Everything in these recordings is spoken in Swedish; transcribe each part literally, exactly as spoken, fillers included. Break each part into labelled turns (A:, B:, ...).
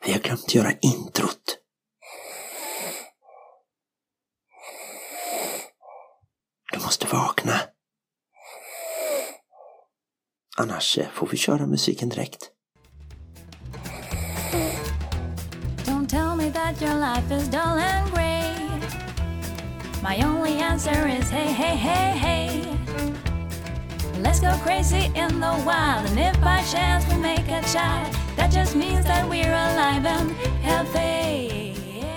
A: Vi har glömt göra introt. Du måste vakna. Annars får vi köra musiken direkt.
B: Don't tell me that your life is dull and grey. My only answer is hey, hey, hey, hey. Let's go crazy in the wild. And if by chance we make a child, that just means that we're alive and healthy.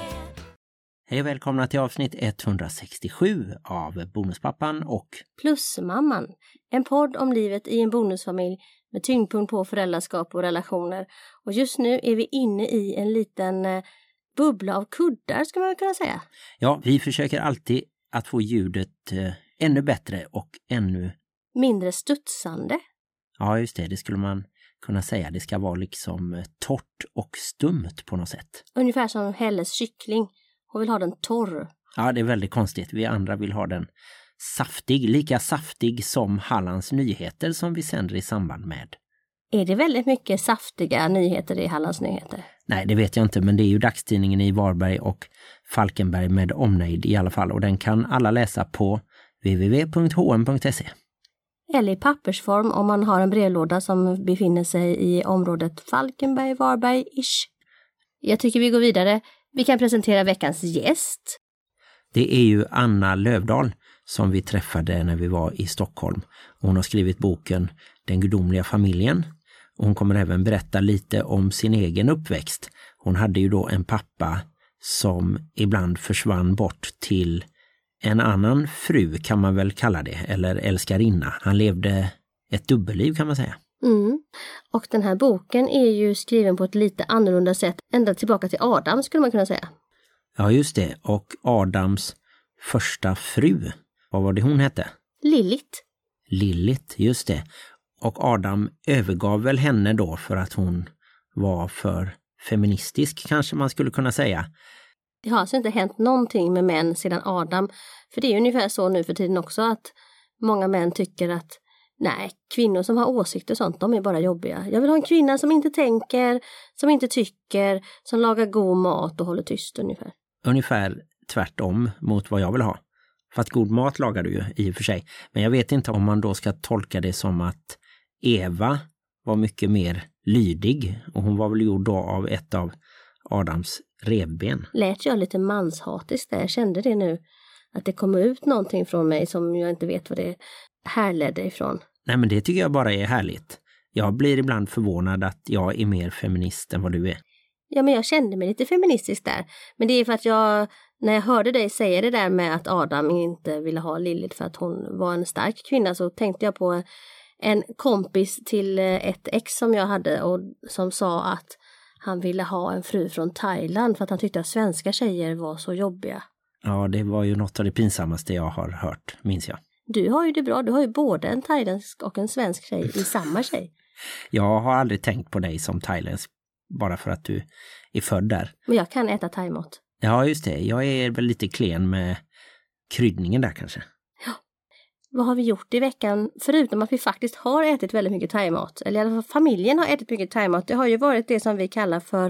C: Hej och välkomna till avsnitt etthundrasextiosju av Bonuspappan och
D: Plusmamman. En podd om livet i en bonusfamilj med tyngdpunkt på föräldraskap och relationer. Och just nu är vi inne i en liten eh, bubbla av kuddar, ska man kunna säga.
C: Ja, vi försöker alltid att få ljudet eh, ännu bättre och ännu
D: mindre studsande.
C: Ja, just det. Det skulle man kunna säga. Det ska vara liksom eh, torrt och stumt på något sätt.
D: Ungefär som Helles kyckling. Hon vill ha den torr.
C: Ja, det är väldigt konstigt. Vi andra vill ha den saftig. Lika saftig som Hallands nyheter som vi sänder i samband med.
D: Är det väldigt mycket saftiga nyheter i Hallands nyheter?
C: Nej, det vet jag inte. Men det är ju dagstidningen i Varberg och Falkenberg med omnejd i alla fall. Och den kan alla läsa på w w w punkt h m punkt s e.
D: Eller i pappersform om man har en brevlåda som befinner sig i området Falkenberg-Varberg-ish. Jag tycker vi går vidare. Vi kan presentera veckans gäst.
C: Det är ju Anna Lövdahl som vi träffade när vi var i Stockholm. Hon har skrivit boken Den gudomliga familjen. Hon kommer även berätta lite om sin egen uppväxt. Hon hade ju då en pappa som ibland försvann bort till en annan fru, kan man väl kalla det, eller älskarinna. Han levde ett dubbelliv, kan man säga.
D: Mm. Och den här boken är ju skriven på ett lite annorlunda sätt ända tillbaka till Adam, skulle man kunna säga.
C: Ja, just det. Och Adams första fru, vad var det hon hette?
D: Lilith.
C: Lilith, just det. Och Adam övergav väl henne då för att hon var för feministisk, kanske man skulle kunna säga.
D: Det har alltså inte hänt någonting med män sedan Adam. För det är ungefär så nu för tiden också att många män tycker att nej, kvinnor som har åsikter och sånt, de är bara jobbiga. Jag vill ha en kvinna som inte tänker, som inte tycker, som lagar god mat och håller tyst ungefär.
C: Ungefär tvärtom mot vad jag vill ha. För att god mat lagar du ju i och för sig. Men jag vet inte om man då ska tolka det som att Eva var mycket mer lydig. Och hon var väl gjord då av ett av Adams revben.
D: Lät jag lite manshatiskt där. Jag kände det nu. Att det kom ut någonting från mig som jag inte vet vad det härledde ifrån.
C: Nej, men det tycker jag bara är härligt. Jag blir ibland förvånad att jag är mer feminist än vad du är.
D: Ja, men jag kände mig lite feministisk där. Men det är för att jag, när jag hörde dig säga det där med att Adam inte ville ha Lilith för att hon var en stark kvinna, så tänkte jag på en kompis till ett ex som jag hade och som sa att han ville ha en fru från Thailand för att han tyckte att svenska tjejer var så jobbiga.
C: Ja, det var ju något av det pinsammaste jag har hört, minns jag.
D: Du har ju det bra, du har ju både en thailändsk och en svensk tjej i samma tjej.
C: Jag har aldrig tänkt på dig som thailändsk bara för att du är född där.
D: Men jag kan äta thaimat.
C: Ja, just det. Jag är väl lite klen med kryddningen där kanske.
D: Ja. Vad har vi gjort i veckan? Förutom att vi faktiskt har ätit väldigt mycket thaimat. Eller i alla fall familjen har ätit mycket thaimat. Det har ju varit det som vi kallar för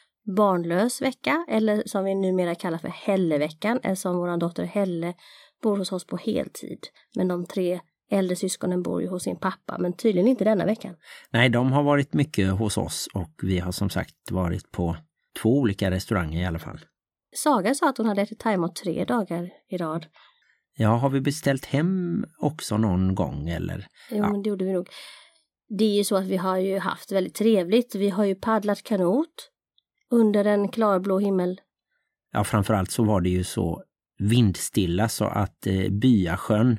D: barnlös vecka. Eller som vi numera kallar för Helleveckan. Eftersom vår dotter Helle bor hos oss på heltid. Men de tre äldre syskonen bor ju hos sin pappa. Men tydligen inte denna veckan.
C: Nej, de har varit mycket hos oss. Och vi har som sagt varit på två olika restauranger i alla fall.
D: Saga sa att hon hade ätit thaimat tre dagar i rad.
C: Ja, har vi beställt hem också någon gång eller?
D: Jo,
C: ja.
D: Men det gjorde vi nog. Det är ju så att vi har ju haft väldigt trevligt. Vi har ju paddlat kanot under en klarblå himmel.
C: Ja, framförallt så var det ju så vindstilla så att eh, Byasjön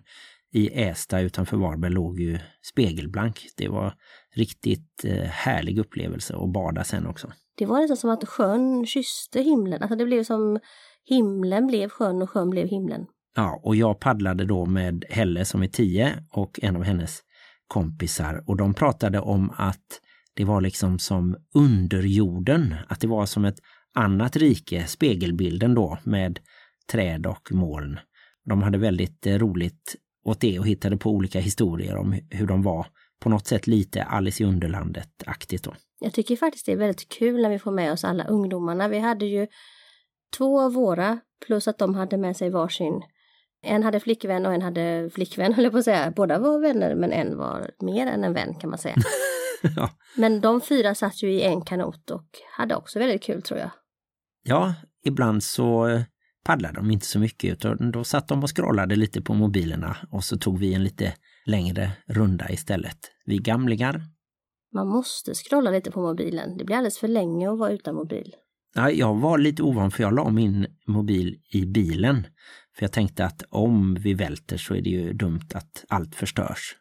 C: i Ästa utanför Varberg låg ju spegelblank. Det var riktigt eh, härlig upplevelse att bada sen också.
D: Det var nästan som att sjön kysste himlen. Alltså det blev som himlen blev sjön och sjön blev himlen.
C: Ja, och jag paddlade då med Helle som är tio och en av hennes kompisar. Och de pratade om att det var liksom som underjorden. Att det var som ett annat rike, spegelbilden då med träd och moln. De hade väldigt roligt åt det och hittade på olika historier om hur de var på något sätt lite Alice i Underlandet-aktigt då.
D: Jag tycker faktiskt det är väldigt kul när vi får med oss alla ungdomarna. Vi hade ju två av våra, plus att de hade med sig varsin. En hade flickvän och en hade flickvän, höll jag på att säga. Båda var vänner, men en var mer än en vän kan man säga.
C: Ja.
D: Men de fyra satt ju i en kanot och hade också väldigt kul, tror jag.
C: Ja, ibland så paddlade de inte så mycket, utan då satt de och scrollade lite på mobilerna och så tog vi en lite längre runda istället. Vi gamlingar.
D: Man måste scrolla lite på mobilen. Det blir alldeles för länge att vara utan mobil.
C: Ja, jag var lite ovan för jag la min mobil i bilen. För jag tänkte att om vi välter så är det ju dumt att allt förstörs.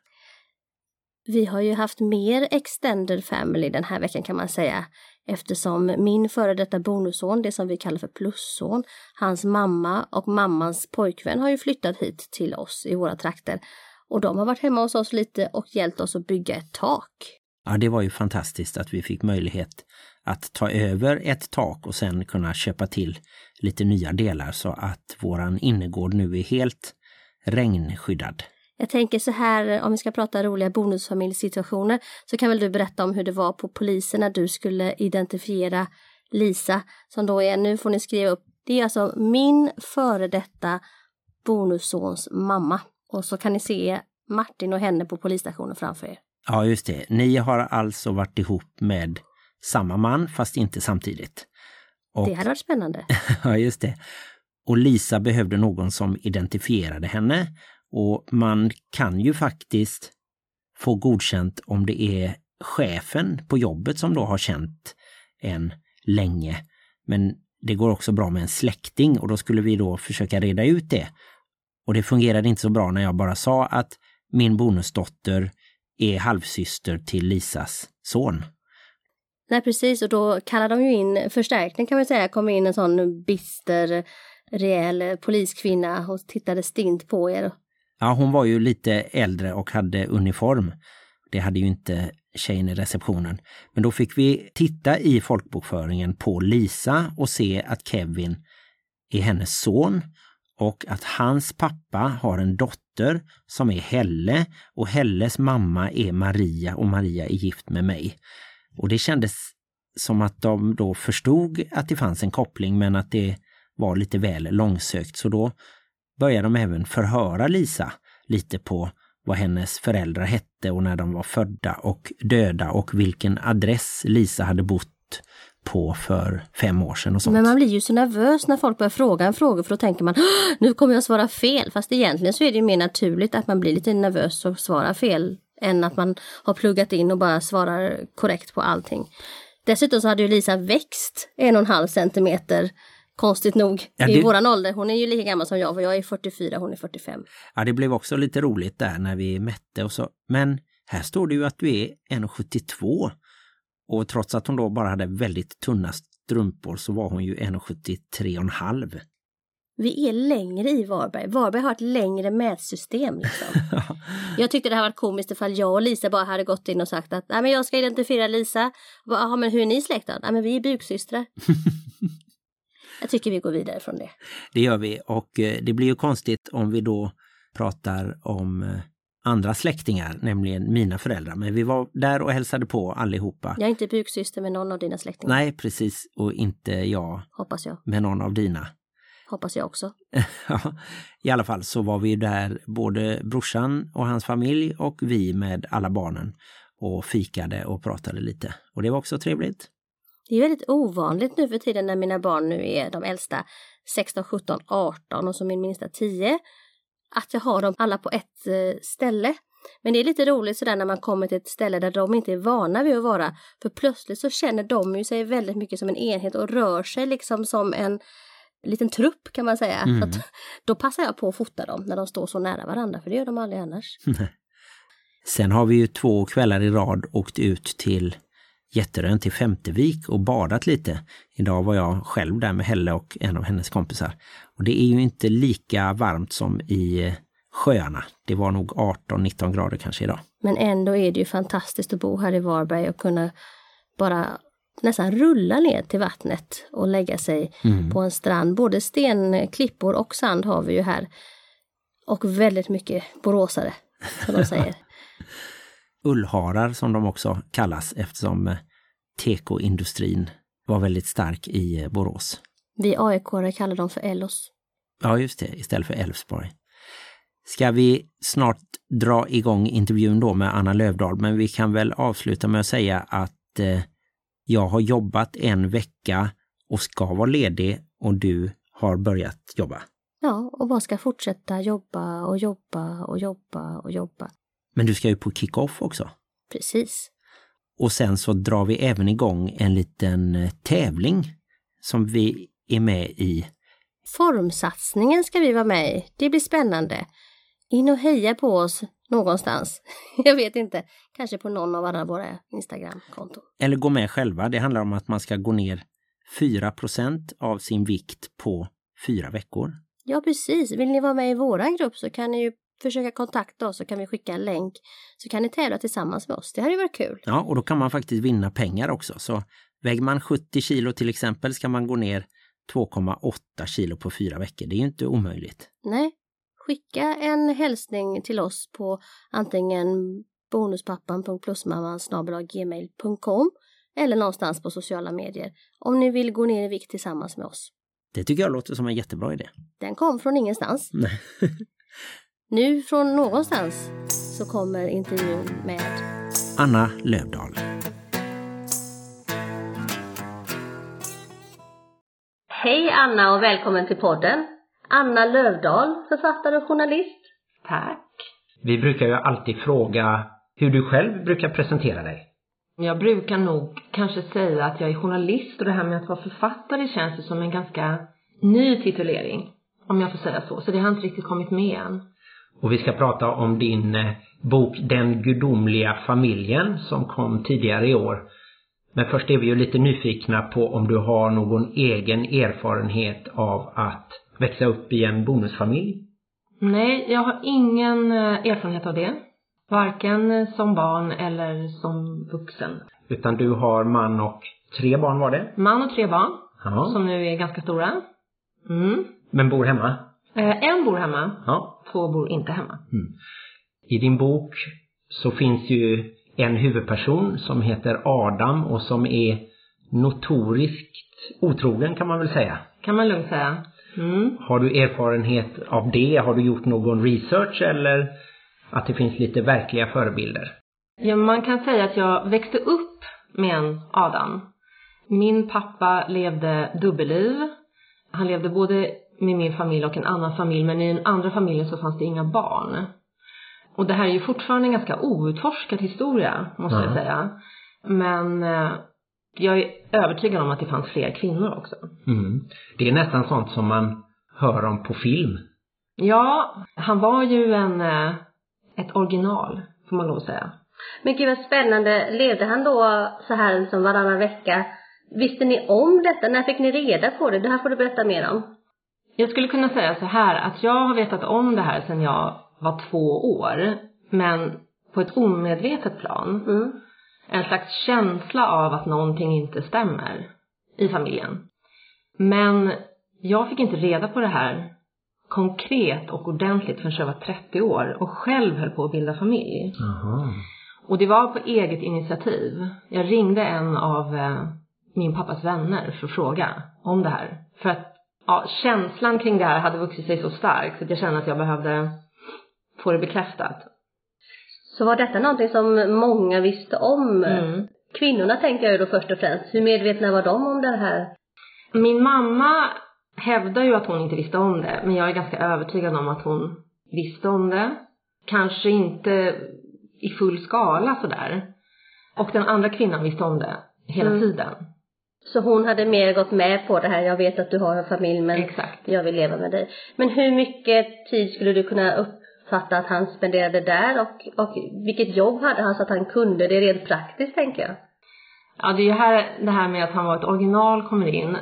D: Vi har ju haft mer extended family den här veckan kan man säga. Eftersom min före detta bonusson, det som vi kallar för plusson, hans mamma och mammans pojkvän har ju flyttat hit till oss i våra trakter. Och de har varit hemma hos oss lite och hjälpt oss att bygga ett tak.
C: Ja, det var ju fantastiskt att vi fick möjlighet att ta över ett tak och sen kunna köpa till lite nya delar så att våran innergård nu är helt regnskyddad.
D: Jag tänker så här, om vi ska prata roliga bonusfamiljsituationer så kan väl du berätta om hur det var på polisen när du skulle identifiera Lisa som då är, nu får ni skriva upp, det är alltså min före detta bonussons mamma. Och så kan ni se Martin och henne på polisstationen framför er.
C: Ja, just det. Ni har alltså varit ihop med samma man fast inte samtidigt. Och,
D: det hade varit spännande.
C: Ja, just det. Och Lisa behövde någon som identifierade henne. Och man kan ju faktiskt få godkänt om det är chefen på jobbet som då har känt en länge. Men det går också bra med en släkting och då skulle vi då försöka reda ut det. Och det fungerade inte så bra när jag bara sa att min bonusdotter är halvsyster till Lisas son.
D: Nej, precis. Och då kallar de ju in förstärkning kan man säga. Kom in en sån bister, rejäl poliskvinna och tittade stint på er.
C: Ja, hon var ju lite äldre och hade uniform. Det hade ju inte tjejen i receptionen. Men då fick vi titta i folkbokföringen på Lisa och se att Kevin är hennes son. Och att hans pappa har en dotter som är Helle och Helles mamma är Maria och Maria är gift med mig. Och det kändes som att de då förstod att det fanns en koppling men att det var lite väl långsökt. Så då började de även förhöra Lisa lite på vad hennes föräldrar hette och när de var födda och döda och vilken adress Lisa hade bott på för fem år sedan och sånt.
D: Men man blir ju så nervös när folk börjar fråga en fråga för då tänker man, nu kommer jag svara fel. Fast egentligen så är det ju mer naturligt att man blir lite nervös och svarar fel än att man har pluggat in och bara svarar korrekt på allting. Dessutom så hade ju Lisa växt en och en halv centimeter konstigt nog ja, det... i våran ålder. Hon är ju lika gammal som jag för jag är fyrtiofyra, hon är fyrtiofem.
C: Ja, det blev också lite roligt där när vi mätte och så. Men här står det ju att du är en komma sjuttiotvå. Och trots att hon då bara hade väldigt tunna strumpor så var hon ju en komma sjuttiotre och en halv.
D: Vi är längre i Varberg. Varberg har ett längre mätsystem liksom. Jag tyckte det här var komiskt ifall jag och Lisa bara hade gått in och sagt att nej men jag ska identifiera Lisa. Ja men hur är ni släkt då? Nej men vi är buksystrar. Jag tycker vi går vidare från det.
C: Det gör vi och det blir ju konstigt om vi då pratar om andra släktingar, nämligen mina föräldrar. Men vi var där och hälsade på allihopa.
D: Jag är inte buksyster med någon av dina släktingar.
C: Nej, precis. Och inte jag.
D: Hoppas jag.
C: Med någon av dina.
D: Hoppas jag också.
C: Ja, i alla fall så var vi där både brorsan och hans familj och vi med alla barnen och fikade och pratade lite. Och det var också trevligt.
D: Det är väldigt ovanligt nu för tiden när mina barn nu är de äldsta sexton, sjutton, arton och så min minsta tio. Att jag har dem alla på ett eh, ställe. Men det är lite roligt sådär när man kommer till ett ställe där de inte är vana vid att vara. För plötsligt så känner de ju sig väldigt mycket som en enhet och rör sig liksom som en liten trupp kan man säga. Mm. Så att, då passar jag på att fota dem när de står så nära varandra för det gör de aldrig annars.
C: Sen har vi ju två kvällar i rad åkt ut till Jätterön till Femtevik och badat lite. Idag var jag själv där med Helle och en av hennes kompisar. Och det är ju inte lika varmt som i sjöarna. Det var nog arton nitton grader kanske idag. Men
D: ändå är det ju fantastiskt att bo här i Varberg och kunna bara nästan rulla ner till vattnet och lägga sig mm. på en strand. Både stenklippor och sand har vi ju här. Och väldigt mycket boråsare, som de säger.
C: ullharar som de också kallas eftersom tekoindustrin var väldigt stark i Borås.
D: Vi A I K-are kallar dem för Ellos.
C: Ja, just det, istället för Älvsborg. Ska vi snart dra igång intervjun då med Anna Lövdahl, men vi kan väl avsluta med att säga att eh, jag har jobbat en vecka och ska vara ledig och du har börjat jobba.
D: Ja, och bara ska fortsätta jobba och jobba och jobba och jobba.
C: Men du ska ju på kick-off också.
D: Precis.
C: Och sen så drar vi även igång en liten tävling som vi är med i.
D: Formsatsningen ska vi vara med i. Det blir spännande. In och heja på oss någonstans. Jag vet inte. Kanske på någon av alla våra Instagram-konton.
C: Eller gå med själva. Det handlar om att man ska gå ner fyra procent av sin vikt på fyra veckor.
D: Ja, precis. Vill ni vara med i våran grupp så kan ni ju försöka kontakta oss så kan vi skicka en länk. Så kan ni tävla tillsammans med oss. Det hade ju varit kul.
C: Ja, och då kan man faktiskt vinna pengar också. Så väger man sjuttio kilo till exempel ska man gå ner två komma åtta kilo på fyra veckor. Det är ju inte omöjligt.
D: Nej. Skicka en hälsning till oss på antingen bonuspappan punkt plusmamman snabel-a gmail punkt com eller någonstans på sociala medier om ni vill gå ner i vikt tillsammans med oss.
C: Det tycker jag låter som en jättebra idé.
D: Den kom från ingenstans.
C: Nej.
D: Nu från någonstans så kommer intervjun med
C: Anna Lövdahl.
D: Hej Anna och välkommen till podden. Anna Lövdahl, författare och journalist.
E: Tack.
C: Vi brukar ju alltid fråga hur du själv brukar presentera dig.
E: Jag brukar nog kanske säga att jag är journalist, och det här med att vara författare känns det som en ganska ny titulering, om jag får säga så. Så det har inte riktigt kommit med än.
C: Och vi ska prata om din bok Den gudomliga familjen som kom tidigare i år. Men först är vi ju lite nyfikna på om du har någon egen erfarenhet av att växa upp i en bonusfamilj.
E: Nej, jag har ingen erfarenhet av det. Varken som barn eller som vuxen.
C: Utan du har man och tre barn var det?
E: Man och tre barn.
C: Ja.
E: Som nu är ganska stora. Mm.
C: Men bor hemma?
E: Eh, en bor hemma.
C: Ja.
E: Två bor inte hemma.
C: Mm. I din bok så finns ju en huvudperson som heter Adam och som är notoriskt otrogen kan man väl säga.
E: Kan man lugnt säga. Mm.
C: Har du erfarenhet av det? Har du gjort någon research eller att det finns lite verkliga förebilder?
E: Ja, man kan säga att jag växte upp med en Adam. Min pappa levde dubbelliv. Han levde både med min familj och en annan familj, men i den andra familjen så fanns det inga barn. Och det här är ju fortfarande en ganska outforskad historia, måste mm. jag säga. Men eh, jag är övertygad om att det fanns fler kvinnor också.
C: Mm. Det är nästan sånt som man hör om på film.
E: Ja, han var ju en, eh, ett original, får man lov att säga.
D: Men gud vad spännande. Levde han då så här som varannan vecka? Visste ni om detta? När fick ni reda på det? Det här får du berätta mer om.
E: Jag skulle kunna säga så här att jag har vetat om det här sedan jag var två år. Men på ett omedvetet plan.
D: Mm.
E: En slags känsla av att någonting inte stämmer i familjen. Men jag fick inte reda på det här konkret och ordentligt förrän jag var trettio år. Och själv höll på att bilda familj.
C: Aha.
E: Och det var på eget initiativ. Jag ringde en av eh, min pappas vänner för att fråga om det här. För att ja, känslan kring det här hade vuxit sig så stark så att jag kände att jag behövde få det bekräftat.
D: Så var detta någonting som många visste om?
E: Mm.
D: Kvinnorna tänker jag då först och främst. Hur medvetna var de om det här?
E: Min mamma hävdar ju att hon inte visste om det. Men jag är ganska övertygad om att hon visste om det. Kanske inte i full skala sådär. Och den andra kvinnan visste om det hela mm. tiden.
D: Så hon hade mer gått med på det här. Jag vet att du har en familj men
E: Exakt.
D: Jag vill leva med dig. Men hur mycket tid skulle du kunna uppfatta att han spenderade där? Och, och vilket jobb hade han så att han kunde det rent praktiskt tänker jag?
E: Ja, det är ju här det här med att han var ett original kommer in.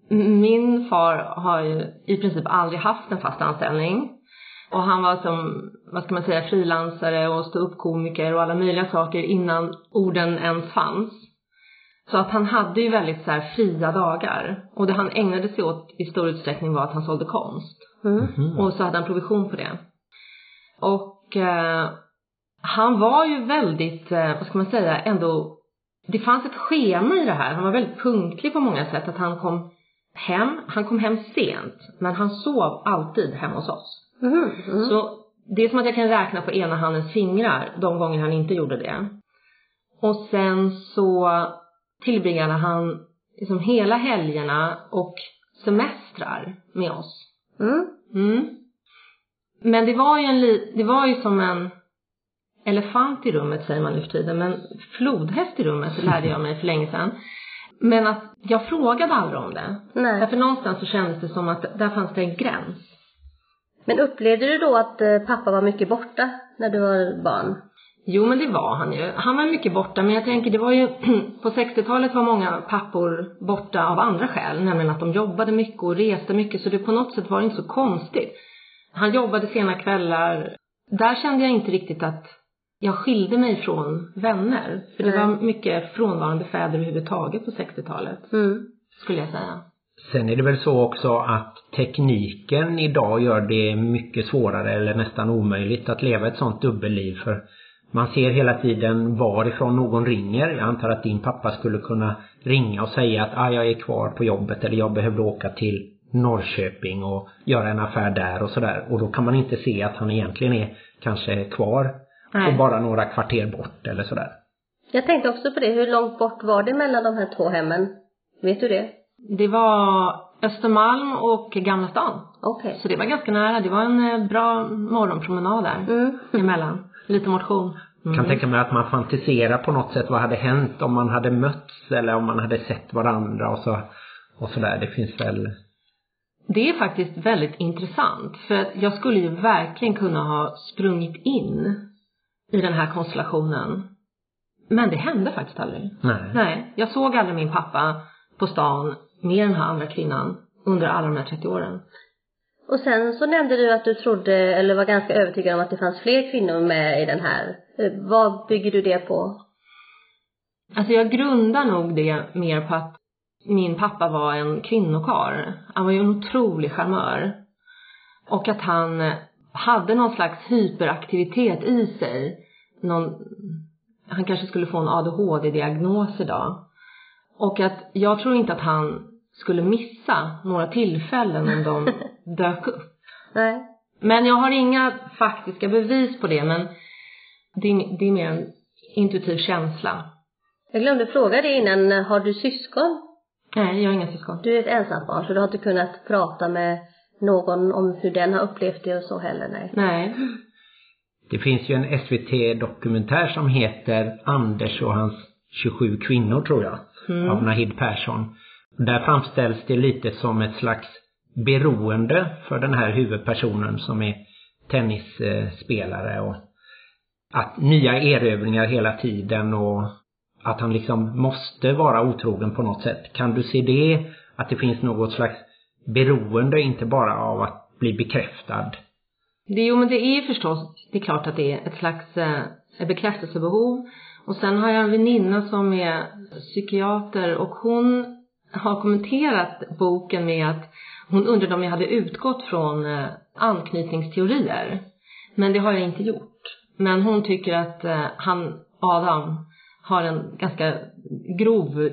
E: Min far har ju i princip aldrig haft en fast anställning. Och han var som, vad ska man säga, frilansare och ståuppkomiker och alla möjliga saker innan orden ens fanns. Så att han hade ju väldigt så här fria dagar. Och det han ägnade sig åt i stor utsträckning var att han sålde konst.
D: Mm.
E: Mm. Och så hade han provision på det. Och eh, han var ju väldigt, vad ska man säga, ändå, det fanns ett schema i det här. Han var väldigt punktlig på många sätt, att han kom hem, han kom hem sent, men han sov alltid hemma hos oss. Mm, mm. Så det är som att jag kan räkna på ena handens fingrar de gånger han inte gjorde det. Och sen så tillbringade han liksom hela helgerna och semestrar med oss. Mm. Mm. Men det var ju en li- det var ju som en elefant i rummet, säger man nu för tiden, men flodhäst i rummet lärde jag mig för länge sedan. Men att jag frågade aldrig om det. Nej. Därför någonstans så kändes det som att där fanns det en gräns.
D: Men upplevde du då att pappa var mycket borta när du var barn?
E: Jo, men det var han ju. Han var mycket borta, men jag tänker det var ju på sextiotalet var många pappor borta av andra skäl. Nämligen att de jobbade mycket och reste mycket, så det på något sätt var inte så konstigt. Han jobbade sena kvällar. Där kände jag inte riktigt att jag skilde mig från vänner. För det mm. var mycket frånvarande fäder överhuvudtaget på sextiotalet. Mm. Skulle jag säga.
F: Sen är det väl så också att tekniken idag gör det mycket svårare eller nästan omöjligt att leva ett sånt dubbelliv. För man ser hela tiden varifrån någon ringer. Jag antar att din pappa skulle kunna ringa och säga att ah, jag är kvar på jobbet eller jag behöver åka till Norrköping och göra en affär där och sådär. Och då kan man inte se att han egentligen är kanske kvar Nej. och bara några kvarter bort eller sådär.
D: Jag tänkte också på det. Hur långt bort var det mellan de här två hemmen? Vet du det?
E: Det var Östermalm och Gamla stan.
D: Okay.
E: Så det var ganska nära. Det var en bra morgonpromenad där mm. emellan. Lite motion.
F: Mm. Kan tänka mig att man fantiserar på något sätt vad hade hänt om man hade mötts eller om man hade sett varandra och så, och så där. Det finns väl...
E: Det är faktiskt väldigt intressant. För jag skulle ju verkligen kunna ha sprungit in i den här konstellationen. Men det hände faktiskt aldrig.
F: Nej.
E: Nej, jag såg aldrig min pappa på stan med den här andra kvinnan under alla de här trettio åren.
D: Och sen så nämnde du att du trodde, eller var ganska övertygad om att det fanns fler kvinnor med i den här. Vad bygger du det på?
E: Alltså jag grundar nog det mer på att min pappa var en kvinnokar. Han var ju en otrolig charmör. Och att han hade någon slags hyperaktivitet i sig. Någon, han kanske skulle få en A D H D-diagnos idag. Och att jag tror inte att han skulle missa några tillfällen om de dök upp.
D: Nej.
E: Men jag har inga faktiska bevis på det, men det är, det är mer en intuitiv känsla.
D: Jag glömde fråga dig innan, har du syskon?
E: Nej, jag har inga syskon.
D: Du är ett ensambarn, så du har inte kunnat prata med någon om hur den har upplevt det och så heller, nej?
E: Nej.
F: Det finns ju en S V T-dokumentär som heter Anders och hans tjugosju kvinnor, tror jag, mm. av Nahid Persson. Där framställs det lite som ett slags beroende för den här huvudpersonen som är tennisspelare, och att nya erövringar hela tiden och att han liksom måste vara otrogen på något sätt. Kan du se det, att det finns något slags beroende, inte bara av att bli bekräftad?
E: Det, jo, men det är förstås, det är klart att det är ett slags eh, bekräftelsebehov. Och sen har jag en väninna som är psykiater, och hon har kommenterat boken med att hon undrade om jag hade utgått från eh, anknytningsteorier. Men det har jag inte gjort. Men hon tycker att eh, han, Adam, har en ganska grov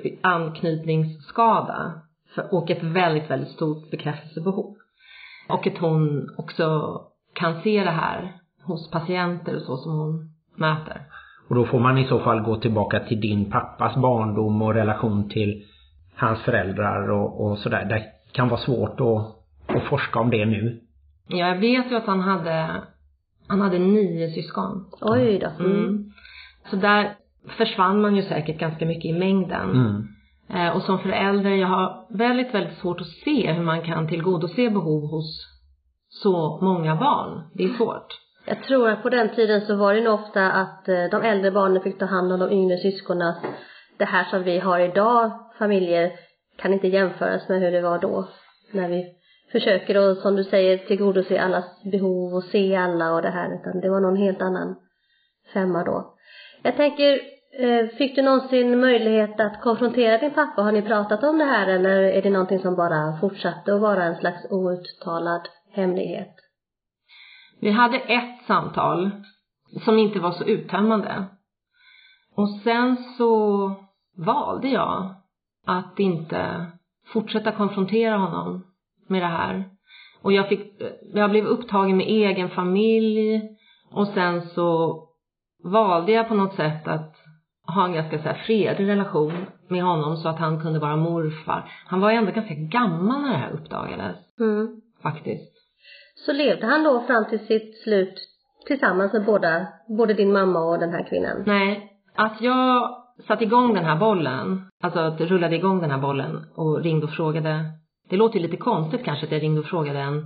E: anknytningsskada för, och ett väldigt, väldigt stort bekräftelsebehov. Och att hon också kan se det här hos patienter och så som hon möter.
F: Och då får man i så fall gå tillbaka till din pappas barndom och relation till hans föräldrar och, och sådär. Det kan vara svårt att, att forska om det nu.
E: Ja, jag vet ju att han hade, han hade nio syskon.
D: Oj då.
E: Mm. Mm. Så där försvann man ju säkert ganska mycket i mängden.
F: Mm.
E: Eh, och som förälder, jag har väldigt, väldigt svårt att se hur man kan tillgodose behov hos så många barn. Det är svårt.
D: Jag tror att på den tiden så var det nog ofta att de äldre barnen fick ta hand om de yngre syskonen. Det här som vi har idag, familjer, kan inte jämföras med hur det var då. När vi försöker då, som du säger, tillgodose allas behov och se alla och det här. Utan det var någon helt annan femma då. Jag tänker, fick du någonsin möjlighet att konfrontera din pappa? Har ni pratat om det här, eller är det någonting som bara fortsatte att vara en slags outtalad hemlighet?
E: Vi hade ett samtal som inte var så uttömmande. Och sen så valde jag att inte fortsätta konfrontera honom med det här. Och jag, fick, jag blev upptagen med egen familj. Och sen så valde jag på något sätt att ha en ganska så här fredlig relation med honom. Så att han kunde vara morfar. Han var ändå ganska gammal när det här uppdagades.
D: Mm.
E: Faktiskt.
D: Så levde han då fram till sitt slut tillsammans med båda, både din mamma och den här kvinnan?
E: Nej, att jag satte igång den här bollen. Alltså att rullade igång den här bollen och ringde och frågade. Det låter ju lite konstigt kanske att jag ringde och frågade en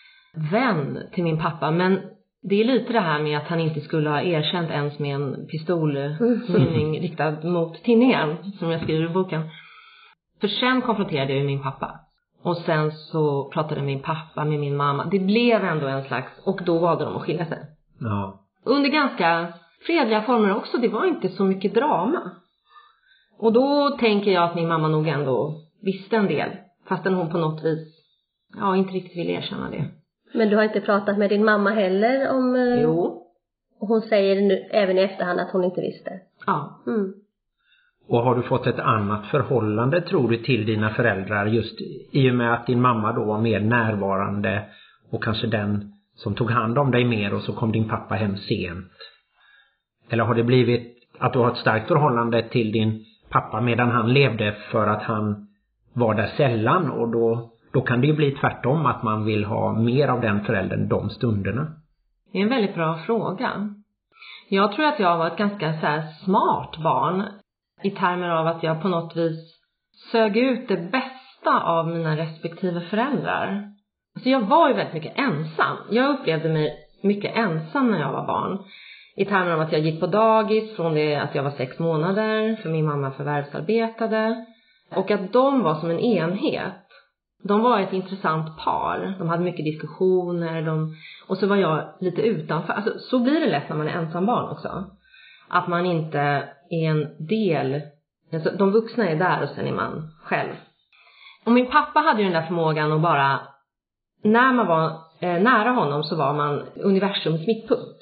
E: vän till min pappa. Men det är lite det här med att han inte skulle ha erkänt ens med en pistolmynning mm. riktad mot tinningen. Som jag skriver i boken. För sen konfronterade jag min pappa. Och sen så pratade min pappa med min mamma. Det blev ändå en slags... Och då valde de att skilja sig.
F: Ja.
E: Under ganska fredliga former också. Det var inte så mycket drama. Och då tänker jag att min mamma nog ändå visste en del. Fastän hon på något vis ja, inte riktigt ville erkänna det.
D: Men du har inte pratat med din mamma heller om...
E: Jo.
D: Och hon säger nu, även i efterhand att hon inte visste.
E: Ja.
D: Mm.
F: Och har du fått ett annat förhållande tror du till dina föräldrar just i och med att din mamma då var mer närvarande och kanske den som tog hand om dig mer och så kom din pappa hem sent? Eller har det blivit att du har ett starkt förhållande till din pappa medan han levde för att han var där sällan och då, då kan det ju bli tvärtom att man vill ha mer av den föräldern de stunderna?
E: Det är en väldigt bra fråga. Jag tror att jag var ett ganska så här smart barn. I termer av att jag på något vis sög ut det bästa av mina respektive föräldrar. Alltså jag var ju väldigt mycket ensam. Jag upplevde mig mycket ensam när jag var barn. I termer av att jag gick på dagis från det att jag var sex månader. För min mamma förvärvsarbetade. Och att de var som en enhet. De var ett intressant par. De hade mycket diskussioner. De... Och så var jag lite utanför. Alltså, så blir det lätt när man är ensam barn också. Att man inte är en del. Alltså, de vuxna är där och sen är man själv. Och min pappa hade ju den där förmågan att bara. När man var eh, nära honom så var man universums mittpunkt.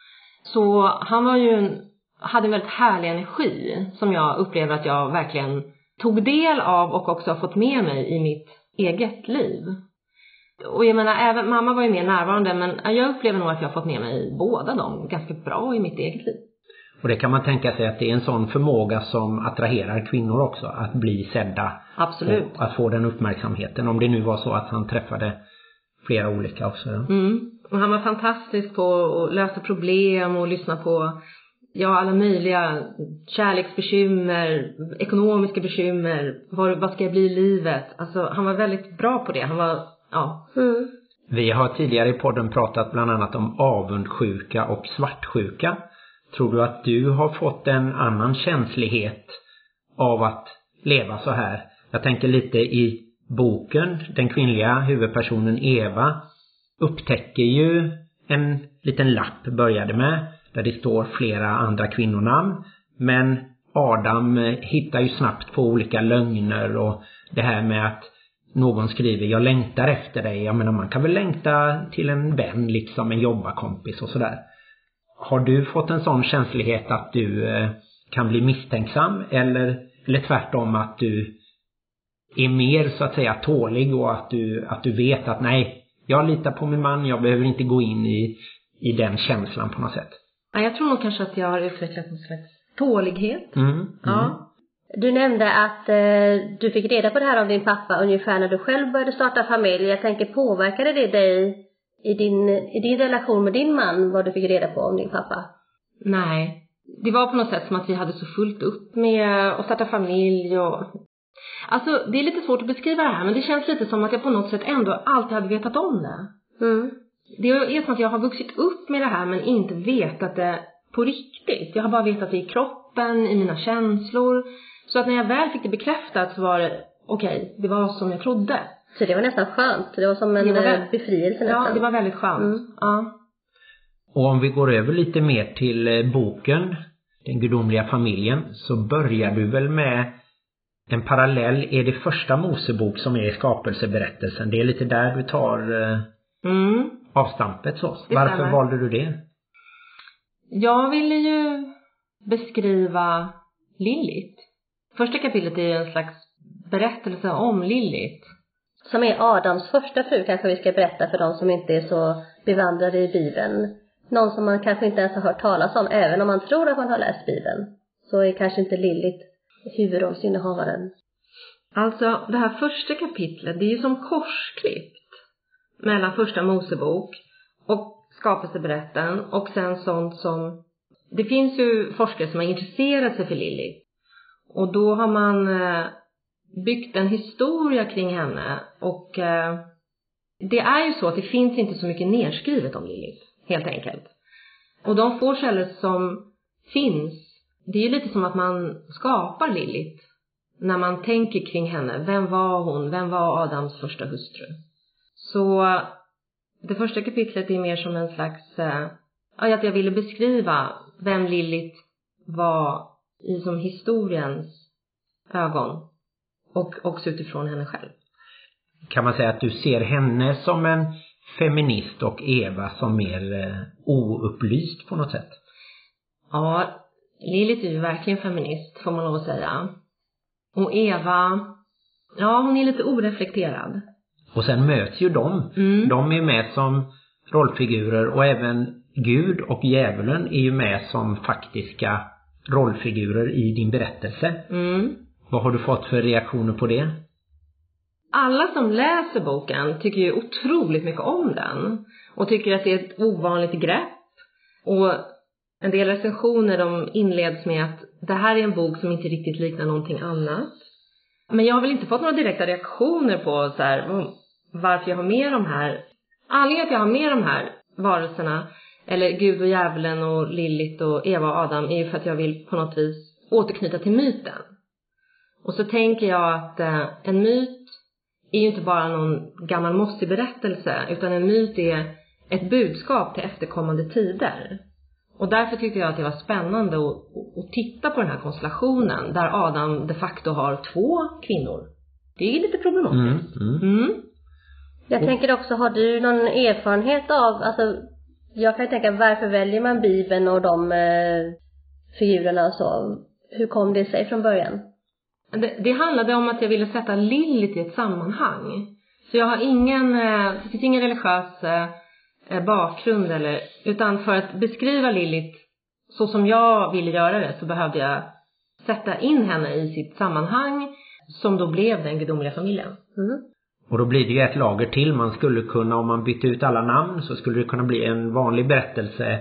E: Så han var ju en, hade en väldigt härlig energi. Som jag upplever att jag verkligen tog del av. Och också har fått med mig i mitt eget liv. Och jag menar, även mamma var ju mer närvarande. Men jag upplever nog att jag har fått med mig båda dem ganska bra i mitt eget liv.
F: Och det kan man tänka sig att det är en sån förmåga som attraherar kvinnor också. Att bli sedda.
E: Absolut.
F: Och att få den uppmärksamheten. Om det nu var så att han träffade flera olika också.
E: Mm. Och han var fantastisk på att lösa problem och lyssna på ja, alla möjliga kärleksbekymmer, ekonomiska bekymmer. Vad, vad ska jag bli i livet? Alltså han var väldigt bra på det. Han var, ja.
D: Mm.
F: Vi har tidigare i podden pratat bland annat om avundsjuka och svartsjuka. Tror du att du har fått en annan känslighet av att leva så här? Jag tänker lite i boken, den kvinnliga huvudpersonen Eva upptäcker ju en liten lapp började med där det står flera andra kvinnonamn. Men Adam hittar ju snabbt på olika lögner och det här med att någon skriver jag längtar efter dig. Jag menar man kan väl längta till en vän liksom en jobbarkompis och sådär. Har du fått en sån känslighet att du eh, kan bli misstänksam eller, eller tvärtom att du är mer så att säga tålig och att du, att du vet att nej, jag litar på min man, jag behöver inte gå in i, i den känslan på något sätt?
E: Ja, jag tror nog kanske att jag har utvecklat en slags tålighet.
F: Mm, mm.
E: Ja.
D: Du nämnde att eh, du fick reda på det här av din pappa ungefär när du själv började starta familj. Jag tänker, påverkade det dig i din, i din relation med din man vad du fick reda på om din pappa?
E: Nej, det var på något sätt som att vi hade så fullt upp med att starta familj och... Alltså det är lite svårt att beskriva det här, men det känns lite som att jag på något sätt ändå alltid hade vetat om det.
D: Mm.
E: Det är som att jag har vuxit upp med det här men inte vetat det på riktigt. Jag har bara vetat det i kroppen, i mina känslor. Så att när jag väl fick det bekräftat så var det okej, okay, det var som jag trodde.
D: Så det var nästan skönt, det var som en
E: var väl...
D: befrielse nästan.
E: Ja, det var väldigt skönt. Mm. Ja.
F: Och om vi går över lite mer till boken, Den gudomliga familjen, så börjar du väl med en parallell. Är det första Mosebok som är skapelseberättelsen? Det är lite där du tar mm. avstampet. Så. Varför valde du det?
E: Jag ville ju beskriva Lilith. Första kapitlet är ju en slags berättelse om Lilith.
D: Som är Adams första fru, kanske vi ska berätta för de som inte är så bevandrade i Bibeln. Någon som man kanske inte ens har hört talas om, även om man tror att man har läst Bibeln. Så är kanske inte Lilith huvudrollsinnehavaren.
E: Alltså det här första kapitlet, det är ju som korsklippt mellan första Mosebok och skapelseberättelsen och sen sånt som... Det finns ju forskare som har intresserat sig för Lilith. Och då har man byggt en historia kring henne. Och det är ju så att det finns inte så mycket nedskrivet om Lilith, helt enkelt. Och de få källor som finns, det är ju lite som att man skapar Lilith. När man tänker kring henne, vem var hon? Vem var Adams första hustru? Så det första kapitlet är mer som en slags... Ja, att jag ville beskriva vem Lilith var i som historiens ögon. Och också utifrån henne själv.
F: Kan man säga att du ser henne som en feminist och Eva som mer eh, oupplyst på något sätt?
E: Ja, Lilith är ju verkligen feminist, får man lov att säga. Och Eva, ja, hon är lite oreflekterad.
F: Och sen möts ju de. Mm. De är med som rollfigurer och även Gud och djävulen är ju med som faktiska rollfigurer i din berättelse. Mm. Vad har du fått för reaktioner på det?
E: Alla som läser boken tycker ju otroligt mycket om den. Och tycker att det är ett ovanligt grepp. Och en del recensioner de inleds med att det här är en bok som inte riktigt liknar någonting annat. Men jag har väl inte fått några direkta reaktioner på så här, varför jag har med de här. Anledningen att jag har med de här varelserna, eller Gud och djävulen och Lilith och Eva och Adam, är ju för att jag vill på något vis återknyta till myten. Och så tänker jag att eh, en myt är ju inte bara någon gammal mossig berättelse, utan en myt är ett budskap till efterkommande tider. Och därför tyckte jag att det var spännande att, att titta på den här konstellationen där Adam de facto har två kvinnor. Det är lite problematiskt. Mm, mm. Mm.
D: Jag tänker också, har du någon erfarenhet av, alltså jag kan tänka, varför väljer man Bibeln och de eh, figurerna och så? Hur kom det sig från början?
E: Det, det handlade om att jag ville sätta Lilith i ett sammanhang. Så jag har ingen, eh, det finns ingen religiös eh, bakgrund eller, utan för att beskriva Lilith så som jag ville göra det, så behövde jag sätta in henne i sitt sammanhang som då blev den gudomliga familjen. Mm.
F: Och då blir det ju ett lager till. Man skulle kunna, om man bytte ut alla namn, så skulle det kunna bli en vanlig berättelse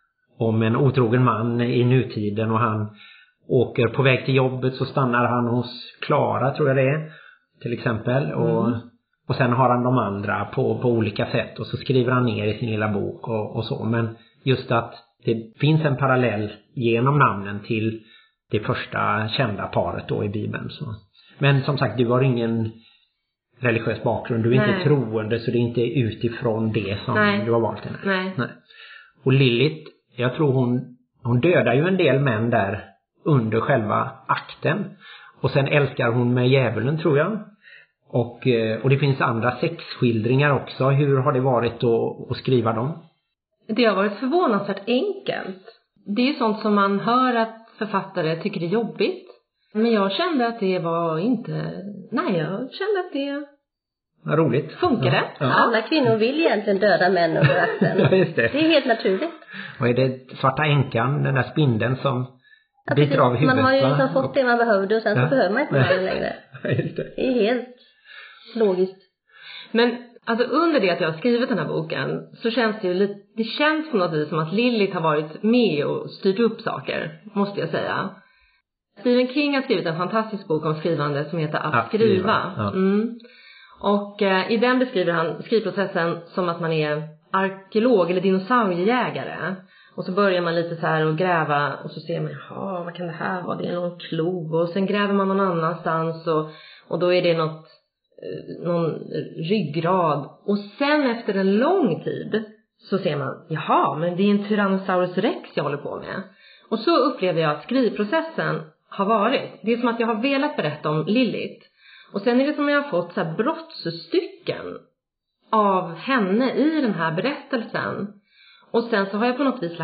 F: om en otrogen man i nutiden, och han åker på väg till jobbet, så stannar han hos Klara, tror jag det är, till exempel. Mm. Och, och sen har han de andra på, på olika sätt, och så skriver han ner i sin lilla bok och, och så. Men just att det finns en parallell genom namnen till det första kända paret då i Bibeln. Så. Men som sagt, du har ingen religiös bakgrund, du är Nej. inte troende, så det är inte utifrån det som Nej. du har valt henne.
E: Nej.
F: Nej. Och Lilith, jag tror hon, hon dödar ju en del män där under själva akten. Och sen älskar hon med djävulen, tror jag. Och, och det finns andra sexskildringar också. Hur har det varit att, att skriva dem?
E: Det har varit förvånansvärt enkelt. Det är ju sånt som man hör att författare tycker är jobbigt. Men jag kände att det var inte... Nej, jag kände att det...
F: Vad roligt.
E: Funkar det?
F: Ja. Ja.
D: Alla kvinnor vill egentligen döda män under akten.
F: Ja, just det.
D: Det är helt naturligt.
F: Och är det svarta änkan, den där spindeln som
D: ja,
F: biter av huvudet?
D: Man har ju liksom fått det man behövde, och sen ja. så behöver man inte det längre.
F: Ja, just det.
D: Det är helt logiskt.
E: Men alltså under det att jag har skrivit den här boken, så känns det ju lite... Det känns på något vis som att Lilith har varit med och styrt upp saker, måste jag säga. Stephen King har skrivit en fantastisk bok om skrivande som heter Att, att skriva. skriva. Ja. Mm. Och eh, i den beskriver han skrivprocessen som att man är arkeolog eller dinosauriejägare. Och så börjar man lite så här och gräva, och så ser man, jaha, vad kan det här vara? Det är någon klo. Och sen gräver man någon annanstans, och, och då är det något, eh, någon ryggrad. Och sen efter en lång tid så ser man, jaha, men det är en Tyrannosaurus rex jag håller på med. Och så upplever jag att skrivprocessen har varit. Det är som att jag har velat berätta om Lilith. Och sen är det som att jag har fått så här brottsstycken av henne i den här berättelsen. Och sen så har jag på något vis lagt ett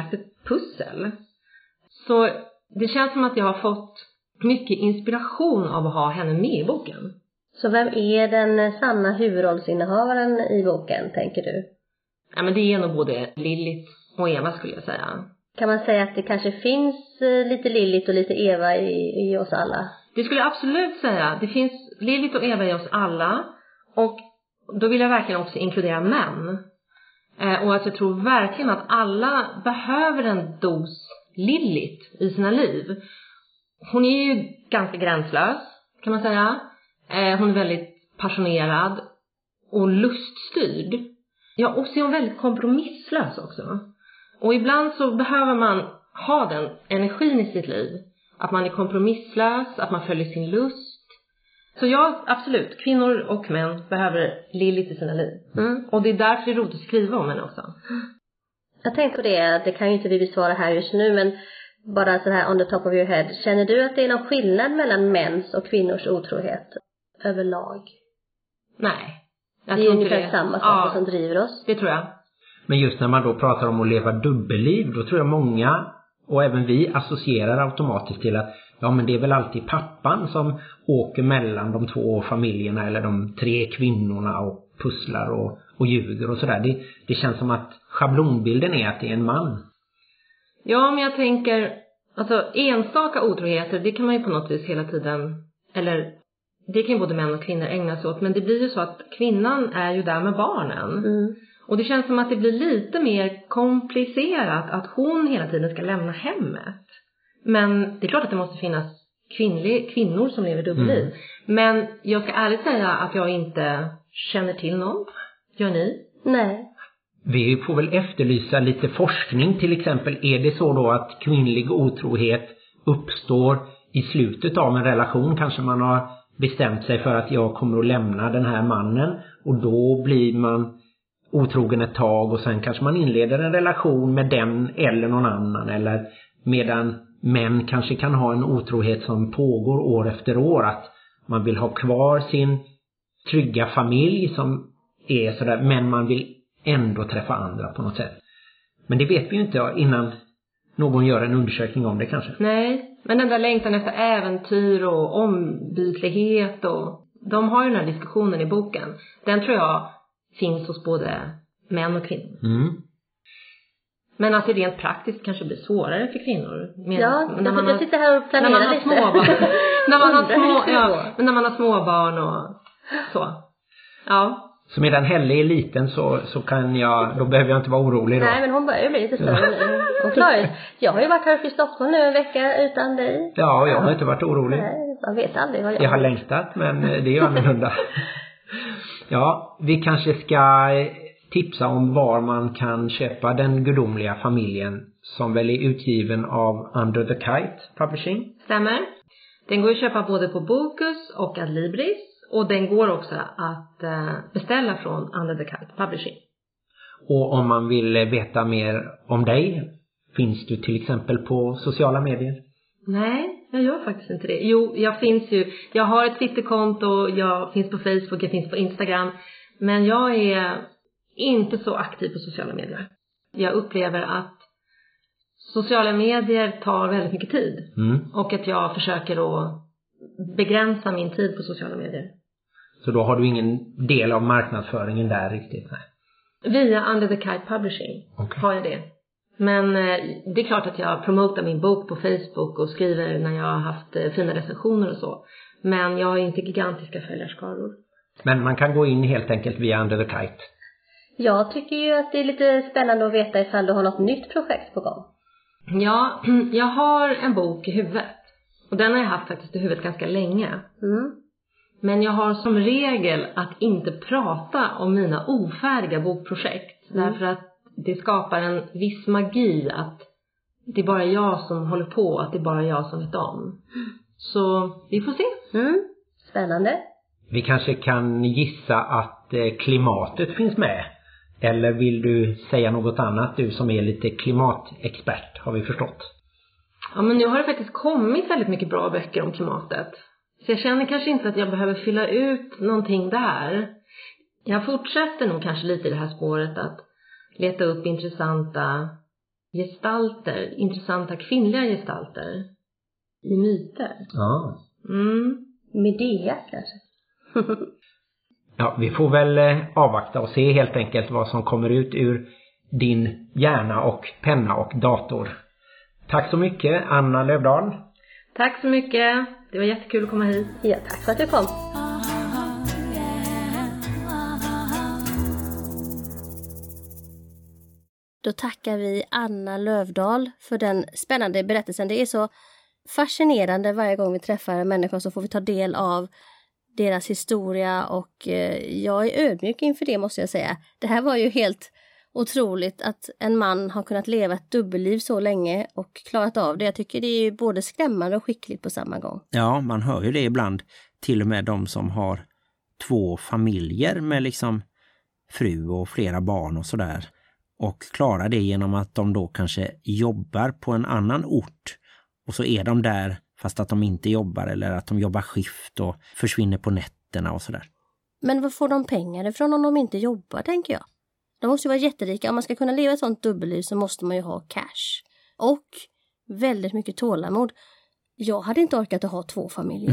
E: pussel. Så det känns som att jag har fått mycket inspiration av att ha henne med i boken.
D: Så vem är den sanna huvudrollsinnehavaren i boken, tänker du?
E: Ja, men det är nog både Lilith och Eva, skulle jag säga.
D: Kan man säga att det kanske finns lite Lilith och lite Eva i, i oss alla?
E: Det skulle jag absolut säga. Det finns Lilith och Eva i oss alla. Och då vill jag verkligen också inkludera män. Eh, och att jag tror verkligen att alla behöver en dos Lilith i sina liv. Hon är ju ganska gränslös, kan man säga. Eh, hon är väldigt passionerad och luststyrd. Ja, och så är hon väldigt kompromisslös också. Och ibland så behöver man ha den energin i sitt liv. Att man är kompromisslös, att man följer sin lust. Så ja, absolut. Kvinnor och män behöver Lilith i sina liv. Mm. Och det är därför det är roligt att skriva om henne också.
D: Jag tänker på det, det kan ju inte vi besvara här just nu, men bara så här on the top of your head. Känner du att det är någon skillnad mellan mäns och kvinnors otrohet överlag?
E: Nej.
D: Jag det är ungefär det. Samma saker ja, som driver oss.
E: Det tror jag.
F: Men just när man då pratar om att leva dubbelliv, då tror jag många, och även vi, associerar automatiskt till att ja, men det är väl alltid pappan som åker mellan de två familjerna eller de tre kvinnorna och pusslar och, och ljuger och sådär. Det, det känns som att schablonbilden är att det är en man.
E: Ja, men jag tänker, alltså enstaka otroheter, det kan man ju på något vis hela tiden, eller det kan ju både män och kvinnor ägna sig åt, men det blir ju så att kvinnan är ju där med barnen. Mm. Och det känns som att det blir lite mer komplicerat att hon hela tiden ska lämna hemmet. Men det är klart att det måste finnas kvinnlig, kvinnor som lever dubbelliv. Mm. Men jag ska ärligt säga att jag inte känner till någon. Gör ni?
D: Nej.
F: Vi får väl efterlysa lite forskning. Till exempel, är det så då att kvinnlig otrohet uppstår i slutet av en relation? Kanske man har bestämt sig för att jag kommer att lämna den här mannen. Och då blir man otrogen ett tag och sen kanske man inleder en relation med den eller någon annan. Eller medan män kanske kan ha en otrohet som pågår år efter år. Att man vill ha kvar sin trygga familj som är sådär, men man vill ändå träffa andra på något sätt. Men det vet vi ju inte innan någon gör en undersökning om det kanske.
E: Nej, men den där längtan efter äventyr och ombytlighet och de har ju den här diskussionen i boken. Den tror jag finns hos både män och kvinnor.
F: Mm.
E: Men att det rent praktiskt kanske blir svårare för kvinnor. Men
D: ja, när man jag har, sitter här och planerar
E: när man har
D: lite.
E: Småbarn, när man har små, ja, men när man har småbarn och så. Ja.
F: Så medan Helle är liten så, så kan jag, då behöver jag inte vara orolig då.
D: Nej, men hon börjar bli lite större. Hon klarar, jag har ju varit här i Stockholm nu en vecka utan dig.
F: Ja, jag har inte varit orolig.
D: Nej, jag vet aldrig vad jag...
F: Jag har längtat, men det är ju annorlunda. Ja, vi kanske ska tipsa om var man kan köpa Den gudomliga familjen, som väl är utgiven av Under the Kite Publishing.
E: Stämmer. Den går att köpa både på Bokus och Adlibris. Och den går också att beställa från Under the Kite Publishing.
F: Och om man vill veta mer om dig, finns du till exempel på sociala medier?
E: Nej, jag gör faktiskt inte det. Jo, jag finns ju. Jag har ett Twitterkonto, jag finns på Facebook, jag finns på Instagram. Men jag är inte så aktiv på sociala medier. Jag upplever att sociala medier tar väldigt mycket tid.
F: Mm.
E: Och att jag försöker att begränsa min tid på sociala medier.
F: Så då har du ingen del av marknadsföringen där riktigt? Nej.
E: Via Under the Kite Publishing
F: okay.
E: har jag det. Men eh, det är klart att jag promotar min bok på Facebook och skriver när jag har haft eh, fina recensioner och så. Men jag har inte gigantiska följarskaror.
F: Men man kan gå in helt enkelt via Under the Kite.
D: Jag tycker ju att det är lite spännande att veta ifall du har något nytt projekt på gång.
E: Ja, jag har en bok i huvudet. Och den har jag haft faktiskt i huvudet ganska länge.
D: Mm.
E: Men jag har som regel att inte prata om mina ofärdiga bokprojekt. Mm. Därför att det skapar en viss magi att det är bara jag som håller på. Att det är bara jag som vet om. Så vi får se.
D: Mm. Spännande.
F: Vi kanske kan gissa att klimatet finns med. Eller vill du säga något annat? Du som är lite klimatexpert, har vi förstått.
E: Ja, men nu har det faktiskt kommit väldigt mycket bra böcker om klimatet. Så jag känner kanske inte att jag behöver fylla ut någonting där. Jag fortsätter nog kanske lite i det här spåret att leta upp intressanta gestalter, intressanta kvinnliga gestalter i myter.
F: Ja.
E: Mm, Medea kanske.
F: Ja, vi får väl avvakta och se helt enkelt vad som kommer ut ur din hjärna och penna och dator. Tack så mycket, Anna Lövdahl.
E: Tack så mycket. Det var jättekul att komma hit.
D: Ja, tack för att du kom. Då tackar vi Anna Lövdahl för den spännande berättelsen. Det är så fascinerande varje gång vi träffar människor, så får vi ta del av deras historia, och jag är ödmjuk inför det, måste jag säga. Det här var ju helt otroligt att en man har kunnat leva ett dubbelliv så länge och klarat av det. Jag tycker det är både skrämmande och skickligt på samma gång.
C: Ja, man hör ju det ibland. Till och med de som har två familjer med liksom fru och flera barn och sådär. Och klarar det genom att de då kanske jobbar på en annan ort. Och så är de där fast att de inte jobbar, eller att de jobbar skift och försvinner på nätterna och sådär.
D: Men vad får de pengar ifrån om de inte jobbar, tänker jag? De måste ju vara jätterika. Om man ska kunna leva ett sånt dubbelliv så måste man ju ha cash. Och väldigt mycket tålamod. Jag hade inte orkat att ha två familjer.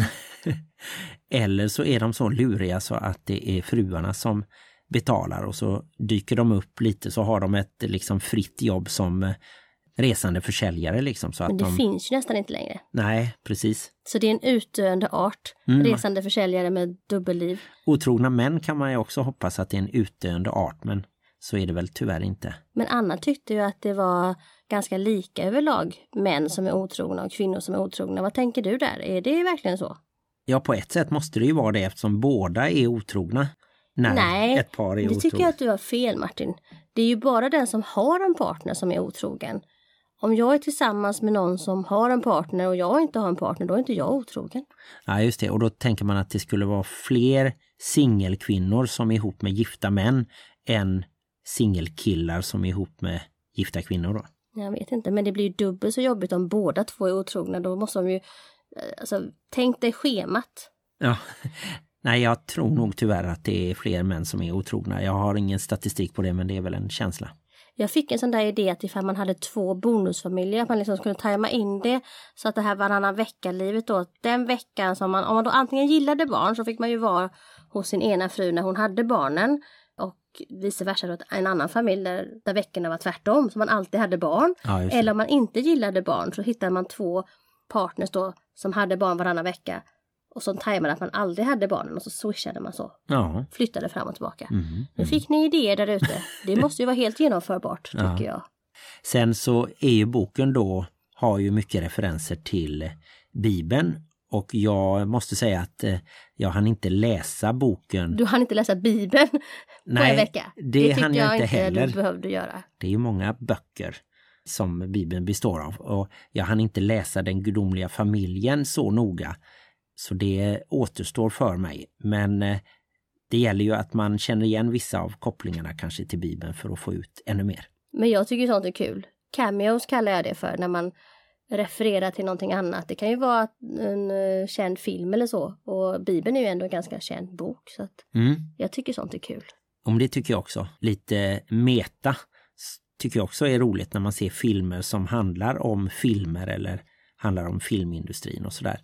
C: Eller så är de så luriga så att det är fruarna som betalar, och så dyker de upp lite, så har de ett liksom fritt jobb som resande försäljare liksom, så att
D: men det
C: de...
D: finns ju nästan inte längre.
C: Nej, precis.
D: Så det är en utdöende art, mm. resande försäljare med dubbelliv.
C: Otrogna män kan man ju också hoppas att det är en utdöende art, men så är det väl tyvärr inte.
D: Men Anna tyckte ju att det var ganska lika överlag, män som är otrogna och kvinnor som är otrogna. Vad tänker du där? Är det verkligen så?
C: Ja, på ett sätt måste det ju vara det, eftersom båda är otrogna. När
D: Nej,
C: ett par är
D: det
C: otrogen.
D: tycker jag att du har fel, Martin. Det är ju bara den som har en partner som är otrogen. Om jag är tillsammans med någon som har en partner och jag inte har en partner, då är inte jag otrogen.
C: Ja, just det. Och då tänker man att det skulle vara fler singelkvinnor som är ihop med gifta män än singelkillar som är ihop med gifta kvinnor då.
D: Jag vet inte, men det blir ju dubbelt så jobbigt om båda två är otrogna. Då måste de ju, alltså, tänk dig schemat.
C: Ja, nej, jag tror nog tyvärr att det är fler män som är otrogna. Jag har ingen statistik på det, men det är väl en känsla.
D: Jag fick en sån där idé att ifall man hade två bonusfamiljer, att man liksom skulle tajma in det så att det här varannan vecka-livet då, den veckan som man, om man då antingen gillade barn, så fick man ju vara hos sin ena fru när hon hade barnen, och vice versa då, en annan familj där, där veckorna var tvärtom, så man alltid hade barn. Ja, eller om man inte gillade barn så hittade man två partners då som hade barn varannan vecka. Och så tajmade att man aldrig hade barnen, och så swishade man så. Ja. Flyttade fram och tillbaka. Mm, mm. Nu fick ni idéer där ute. Det måste ju vara helt genomförbart, tycker ja. jag.
C: Sen så är ju boken då, har ju mycket referenser till Bibeln. Och jag måste säga att eh, jag hann inte läsa boken.
D: Du hann inte läsa Bibeln
C: Nej,
D: på en vecka?
C: Det, det hann jag, jag inte heller.
D: Du behövde göra.
C: Det är ju många böcker som Bibeln består av. Och jag hann inte läsa den gudomliga familjen så noga. Så det återstår för mig. Men eh, det gäller ju att man känner igen vissa av kopplingarna kanske till Bibeln för att få ut ännu mer.
D: Men jag tycker sånt är kul. Cameos kallar jag det för, när man refererar till någonting annat. Det kan ju vara en uh, känd film eller så. Och Bibeln är ju ändå en ganska känd bok. Så att mm. jag tycker sånt är kul.
C: Om det tycker jag också. Lite meta tycker jag också är roligt när man ser filmer som handlar om filmer eller handlar om filmindustrin och sådär.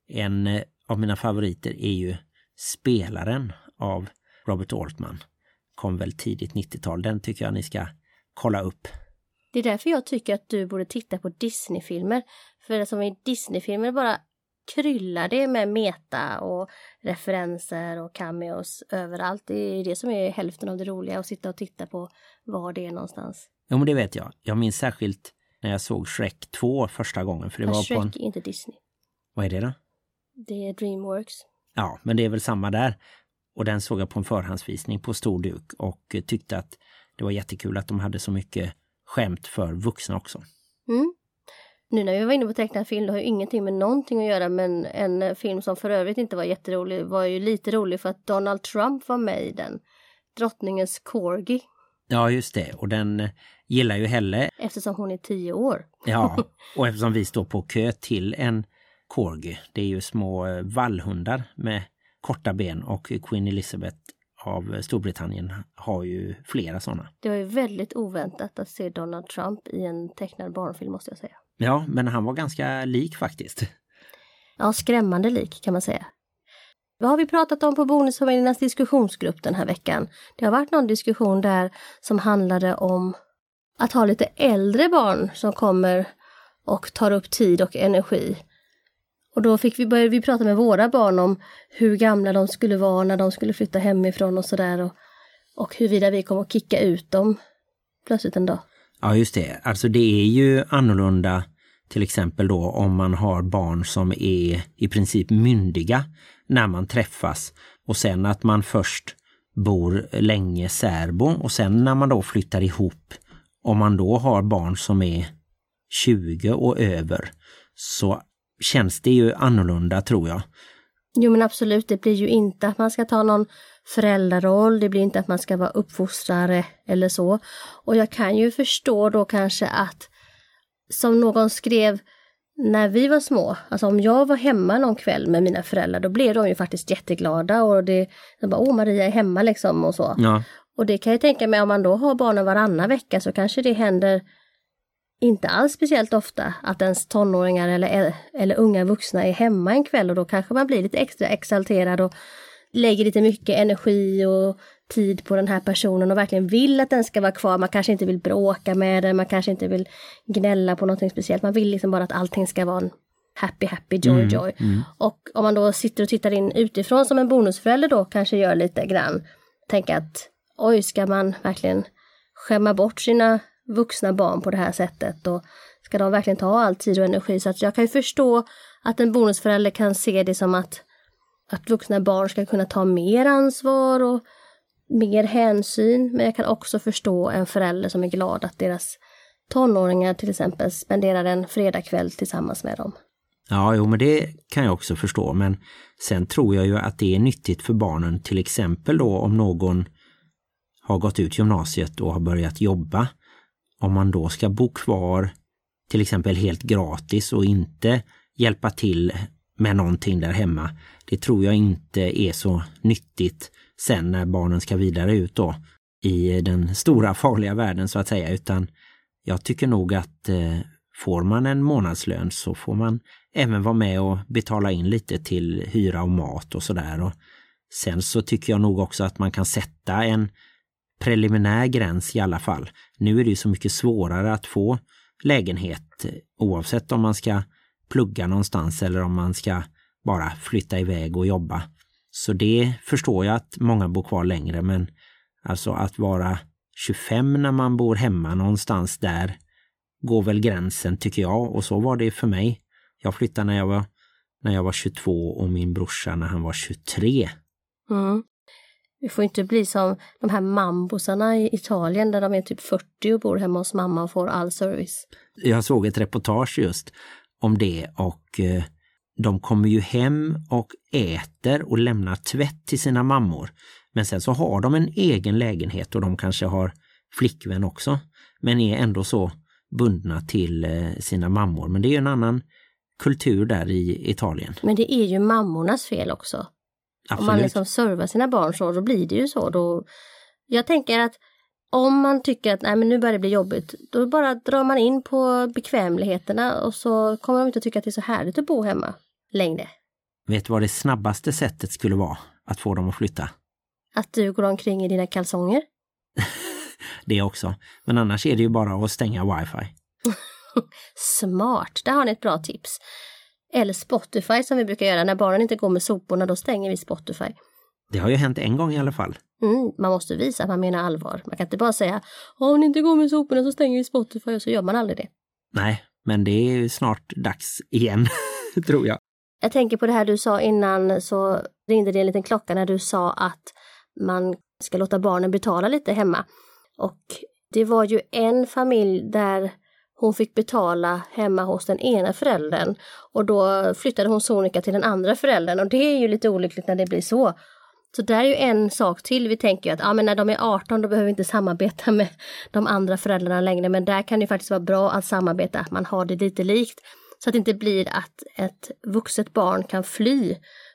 C: En av mina favoriter är ju Spelaren av Robert Altman. Kom väl tidigt nittiotal. Den tycker jag ni ska kolla upp.
D: Det är därför jag tycker att du borde titta på Disney-filmer. För som i Disney-filmer bara kryllar det med meta och referenser och cameos överallt. Det är det som är hälften av det roliga, att sitta och titta på var det är någonstans.
C: Ja, men det vet jag. Jag minns särskilt när jag såg Shrek två första gången. För det
D: men
C: var
D: Shrek
C: på en...
D: är inte Disney.
C: Vad är det då?
D: Det är DreamWorks.
C: Ja, men det är väl samma där. Och den såg jag på en förhandsvisning på stor duk och tyckte att det var jättekul att de hade så mycket skämt för vuxna också.
D: Mm. Nu när vi var inne på tecknad film, det har ju ingenting med någonting att göra, men en film som för övrigt inte var jätterolig var ju lite rolig för att Donald Trump var med i den. Drottningens corgi.
C: Ja, just det. Och den gillar ju Helle.
D: Eftersom hon är tio år.
C: Ja, och eftersom vi står på kö till en corgi. Det är ju små vallhundar med korta ben, och Queen Elizabeth av Storbritannien har ju flera sådana.
D: Det var ju väldigt oväntat att se Donald Trump i en tecknad barnfilm, måste jag säga.
C: Ja, men han var ganska lik faktiskt.
D: Ja, skrämmande lik kan man säga. Vad har vi pratat om på Bonusfamiljernas diskussionsgrupp den här veckan? Det har varit någon diskussion där som handlade om att ha lite äldre barn som kommer och tar upp tid och energi. Och då fick vi, började vi prata med våra barn om hur gamla de skulle vara när de skulle flytta hemifrån och sådär. Och, och huruvida vi kommer att kicka ut dem plötsligt en dag.
C: Ja, just det. Alltså det är ju annorlunda till exempel då om man har barn som är i princip myndiga när man träffas. Och sen att man först bor länge särbo och sen när man då flyttar ihop. Om man då har barn som är tjugo och över så känns det ju annorlunda, tror jag.
D: Jo, men absolut, det blir ju inte att man ska ta någon föräldraroll, det blir inte att man ska vara uppfostrare eller så. Och jag kan ju förstå då kanske att, som någon skrev när vi var små, alltså om jag var hemma någon kväll med mina föräldrar, då blev de ju faktiskt jätteglada och det, de bara, åh Maria är hemma liksom och så.
C: Ja.
D: Och det kan jag tänka mig, om man då har barnen varannan vecka så kanske det händer inte alls speciellt ofta att ens tonåringar eller, eller unga vuxna är hemma en kväll, och då kanske man blir lite extra exalterad och lägger lite mycket energi och tid på den här personen och verkligen vill att den ska vara kvar. Man kanske inte vill bråka med den, man kanske inte vill gnälla på någonting speciellt. Man vill liksom bara att allting ska vara en happy, happy, joy, mm, joy. Mm. Och om man då sitter och tittar in utifrån som en bonusförälder då kanske gör lite grann. Tänka att oj, ska man verkligen skämma bort sina vuxna barn på det här sättet, och ska de verkligen ta all tid och energi? Så att jag kan ju förstå att en bonusförälder kan se det som att, att vuxna barn ska kunna ta mer ansvar och mer hänsyn, men jag kan också förstå en förälder som är glad att deras tonåringar till exempel spenderar en fredagkväll tillsammans med dem.
C: Ja, jo, men det kan jag också förstå, men sen tror jag ju att det är nyttigt för barnen, till exempel då om någon har gått ut gymnasiet och har börjat jobba. Om man då ska bo kvar till exempel helt gratis och inte hjälpa till med någonting där hemma. Det tror jag inte är så nyttigt sen när barnen ska vidare ut då i den stora farliga världen så att säga. Utan jag tycker nog att eh, får man en månadslön så får man även vara med och betala in lite till hyra och mat och sådär. Och sen så tycker jag nog också att man kan sätta en preliminär gräns i alla fall. Nu är det ju så mycket svårare att få lägenhet oavsett om man ska plugga någonstans eller om man ska bara flytta iväg och jobba. Så det förstår jag att många bor kvar längre, men alltså att vara tjugofem när man bor hemma någonstans, där går väl gränsen tycker jag, och så var det för mig. Jag flyttade när jag var, när jag var tjugotvå och min brorsa när han var tjugotre.
D: Mm. Vi får inte bli som de här mambosarna i Italien där de är typ fyrtio och bor hemma hos mamma och får all service.
C: Jag såg ett reportage just om det, och eh, de kommer ju hem och äter och lämnar tvätt till sina mammor. Men sen så har de en egen lägenhet och de kanske har flickvän också, men är ändå så bundna till eh, sina mammor. Men det är ju en annan kultur där i Italien. Men det är ju mammornas fel också. Absolut. Om man liksom servar sina barn så, då blir det ju så. Då, jag tänker att om man tycker att nej, men nu börjar det bli jobbigt, då bara drar man in på bekvämligheterna och så kommer de inte att tycka att det är så härligt att bo hemma längre. Vet du vad det snabbaste sättet skulle vara att få dem att flytta? Att du går omkring i dina kalsonger? Det också. Men annars är det ju bara att stänga wifi. Smart, där har ni ett bra tips. Eller Spotify som vi brukar göra när barnen inte går med soporna, då stänger vi Spotify. Det har ju hänt en gång i alla fall. Mm, man måste visa att man menar allvar. Man kan inte bara säga, om ni inte går med soporna så stänger vi Spotify, och så gör man aldrig det. Nej, men det är ju snart dags igen, tror jag. Jag tänker på det här du sa innan, så ringde det en liten klocka när du sa att man ska låta barnen betala lite hemma. Och det var ju en familj där hon fick betala hemma hos den ena föräldern. Och då flyttade hon sonika till den andra föräldern. Och det är ju lite olyckligt när det blir så. Så där är ju en sak till. Vi tänker ju att ja, men när de är arton då behöver vi inte samarbeta med de andra föräldrarna längre. Men där kan det faktiskt vara bra att samarbeta. Att man har det lite likt. Så att det inte blir att ett vuxet barn kan fly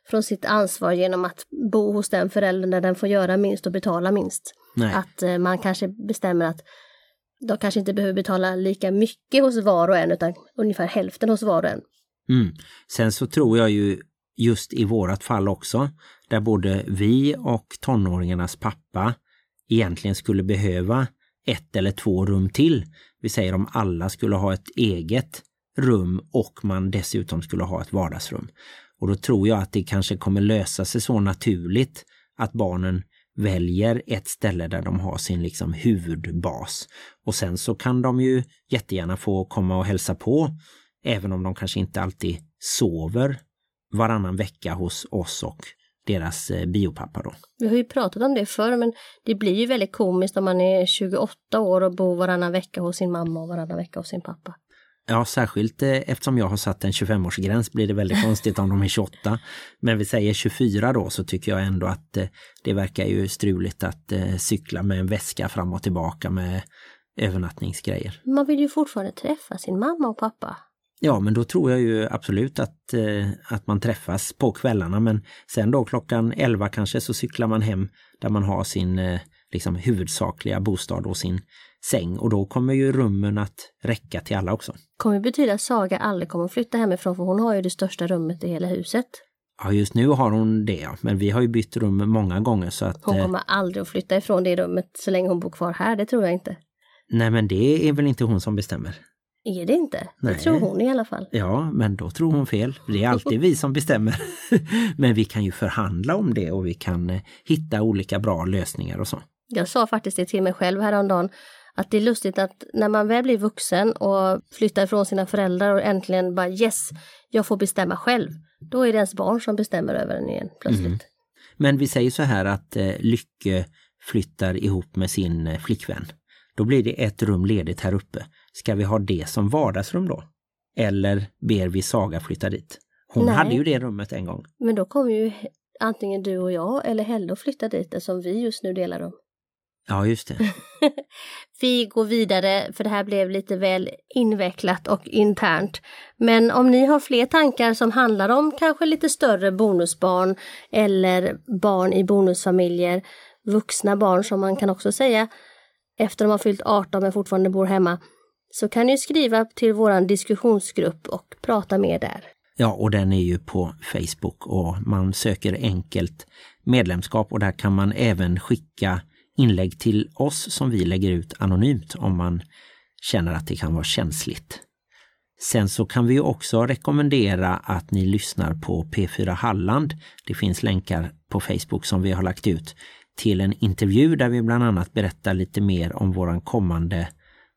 D: från sitt ansvar genom att bo hos den föräldern där den får göra minst och betala minst.
C: Nej.
D: Att eh, man kanske bestämmer att de kanske inte behöver betala lika mycket hos var och en utan ungefär hälften hos var och en.
C: Mm. Sen så tror jag ju just i vårat fall också, där både vi och tonåringarnas pappa egentligen skulle behöva ett eller två rum till. Vi säger om alla skulle ha ett eget rum och man dessutom skulle ha ett vardagsrum. Och då tror jag att det kanske kommer lösa sig så naturligt att barnen väljer ett ställe där de har sin liksom huvudbas. Och sen så kan de ju jättegärna få komma och hälsa på, även om de kanske inte alltid sover varannan vecka hos oss och deras eh, biopappa då.
D: Vi har ju pratat om det förr, men det blir ju väldigt komiskt om man är tjugoåtta år och bor varannan vecka hos sin mamma och varannan vecka hos sin pappa.
C: Ja, särskilt eh, eftersom jag har satt en tjugofem-årsgräns blir det väldigt konstigt om de är tjugoåtta. Men vi säger tjugofyra då, så tycker jag ändå att eh, det verkar ju struligt att eh, cykla med en väska fram och tillbaka med övernattningsgrejer.
D: Man vill ju fortfarande träffa sin mamma och pappa.
C: Ja, men då tror jag ju absolut att, eh, att man träffas på kvällarna. Men sen då klockan elva kanske så cyklar man hem där man har sin eh, liksom huvudsakliga bostad och sin säng. Och då kommer ju rummen att räcka till alla också.
D: Kommer betyda att Saga aldrig kommer flytta hemifrån, för hon har ju det största rummet i hela huset.
C: Ja, just nu har hon det, ja. Men vi har ju bytt rum många gånger så att...
D: Hon kommer aldrig att flytta ifrån det rummet så länge hon bor kvar här, det tror jag inte.
C: Nej, men det är väl inte hon som bestämmer.
D: Är det inte?
C: Nej.
D: Det tror hon i alla fall.
C: Ja, men då tror hon fel. Det är alltid vi som bestämmer. Men vi kan ju förhandla om det och vi kan eh, hitta olika bra lösningar och så.
D: Jag sa faktiskt det till mig själv häromdagen, att det är lustigt att när man väl blir vuxen och flyttar ifrån sina föräldrar och äntligen bara yes, jag får bestämma själv. Då är det ens barn som bestämmer över en igen plötsligt. Mm.
C: Men vi säger så här att eh, Lycke flyttar ihop med sin eh, flickvän. Då blir det ett rum ledigt här uppe. Ska vi ha det som vardagsrum då? Eller ber vi Saga flytta dit? Hon
D: Nej.
C: hade ju det rummet en gång.
D: Men då kommer ju antingen du och jag eller Helle att flytta dit, som vi just nu delar rum.
C: Ja, just det.
D: Vi går vidare, för det här blev lite väl invecklat och internt. Men om ni har fler tankar som handlar om kanske lite större bonusbarn eller barn i bonusfamiljer, vuxna barn som man kan också säga, efter de har fyllt arton men fortfarande bor hemma, så kan ni skriva till våran diskussionsgrupp och prata mer där.
C: Ja, och den är ju på Facebook och man söker enkelt medlemskap och där kan man även skicka inlägg till oss som vi lägger ut anonymt om man känner att det kan vara känsligt. Sen så kan vi ju också rekommendera att ni lyssnar på P fyra Halland. Det finns länkar på Facebook som vi har lagt ut till en intervju där vi bland annat berättar lite mer om våran kommande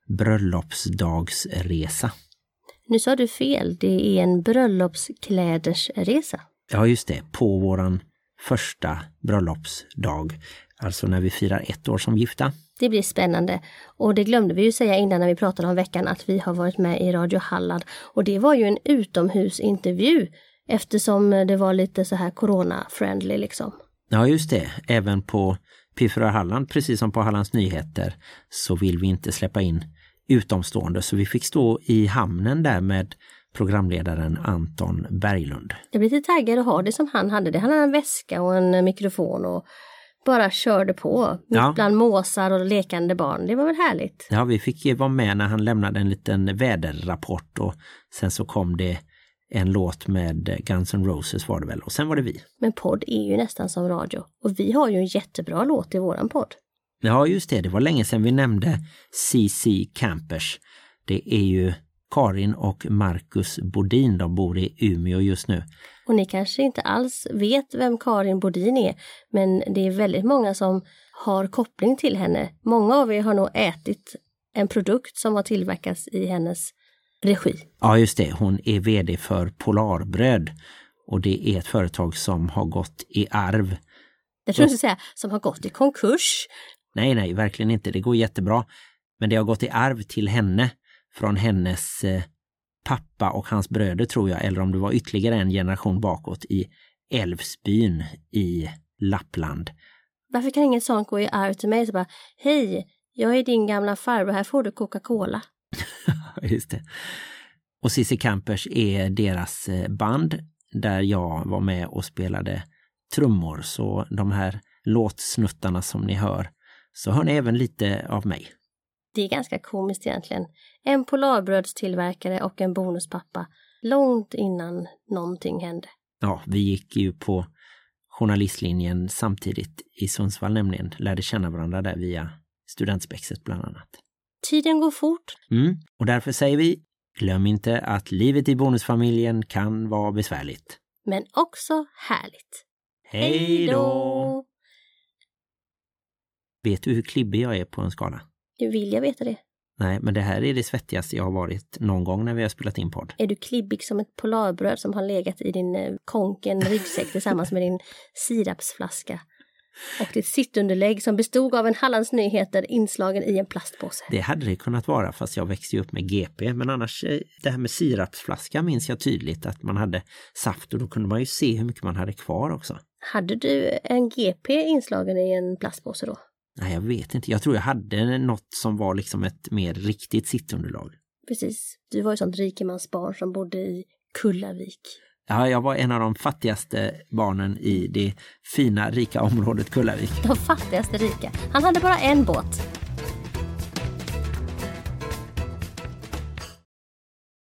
C: bröllopsdagsresa.
D: Nu sa du fel, det är en bröllopsklädersresa.
C: Ja, just det, på våran första bröllopsdag. Alltså när vi firar ett år som gifta.
D: Det blir spännande. Och det glömde vi ju säga innan när vi pratade om veckan att vi har varit med i Radio Halland. Och det var ju en utomhusintervju eftersom det var lite så här corona-friendly liksom.
C: Ja, just det. Även på P fyra Halland, precis som på Hallands Nyheter, så vill vi inte släppa in utomstående. Så vi fick stå i hamnen där med programledaren Anton Berglund.
D: Jag blir lite taggad att ha det som han hade. Det han hade en väska och en mikrofon och bara körde på
C: ja.
D: bland måsar och lekande barn. Det var väl härligt?
C: Ja, vi fick ju vara med när han lämnade en liten väderrapport och sen så kom det en låt med Guns N' Roses var det väl och sen var det vi.
D: Men podd är ju nästan som radio och vi har ju en jättebra låt i våran podd.
C: Ja, just det. Det var länge sedan vi nämnde C C Campers. Det är ju Karin och Marcus Bodin, de bor i Umeå just nu.
D: Och ni kanske inte alls vet vem Karin Bodin är, men det är väldigt många som har koppling till henne. Många av er har nog ätit en produkt som har tillverkats i hennes regi.
C: Ja, just det. Hon är vd för Polarbröd och det är ett företag som har gått i arv.
D: Jag tror inte säga som har gått i konkurs.
C: Nej, nej, verkligen inte. Det går jättebra. Men det har gått i arv till henne från hennes eh, pappa och hans bröder tror jag, eller om det var ytterligare en generation bakåt i Älvsbyn i Lappland.
D: Varför kan ingen sån gå i arv till mig så bara, hej, jag är din gamla farbror, här får du Coca-Cola.
C: Just det. Och C C Campers är deras band där jag var med och spelade trummor. Så de här låtsnuttarna som ni hör, så hör ni även lite av mig.
D: Det är ganska komiskt egentligen. En Polarbrödstillverkare och en bonuspappa långt innan någonting hände.
C: Ja, vi gick ju på journalistlinjen samtidigt i Sundsvall, nämligen lärde känna varandra där via studentspexet bland annat.
D: Tiden går fort.
C: Mm, och därför säger vi, glöm inte att livet i bonusfamiljen kan vara besvärligt.
D: Men också härligt.
C: Hej då! Vet du hur klibbig jag är på en skala?
D: Du vill jag veta det.
C: Nej, men det här är det svettigaste jag har varit någon gång när vi har spelat in podd.
D: Är du klibbig som ett polarbröd som har legat i din eh, konken ryggsäck tillsammans med din sirapsflaska och ditt sittunderlägg som bestod av en Hallands Nyheter inslagen i en plastpåse?
C: Det hade det kunnat vara, fast jag växte ju upp med G P. Men annars, det här med sirapsflaska minns jag tydligt att man hade saft, och då kunde man ju se hur mycket man hade kvar också.
D: Hade du en G P inslagen i en plastpåse då?
C: Nej, jag vet inte. Jag tror jag hade något som var liksom ett mer riktigt sittunderlag.
D: Precis. Du var ju sånt rikemansbarn som bodde i Kullavik.
C: Ja, jag var en av de fattigaste barnen i det fina, rika området Kullavik.
D: De fattigaste rika. Han hade bara en båt.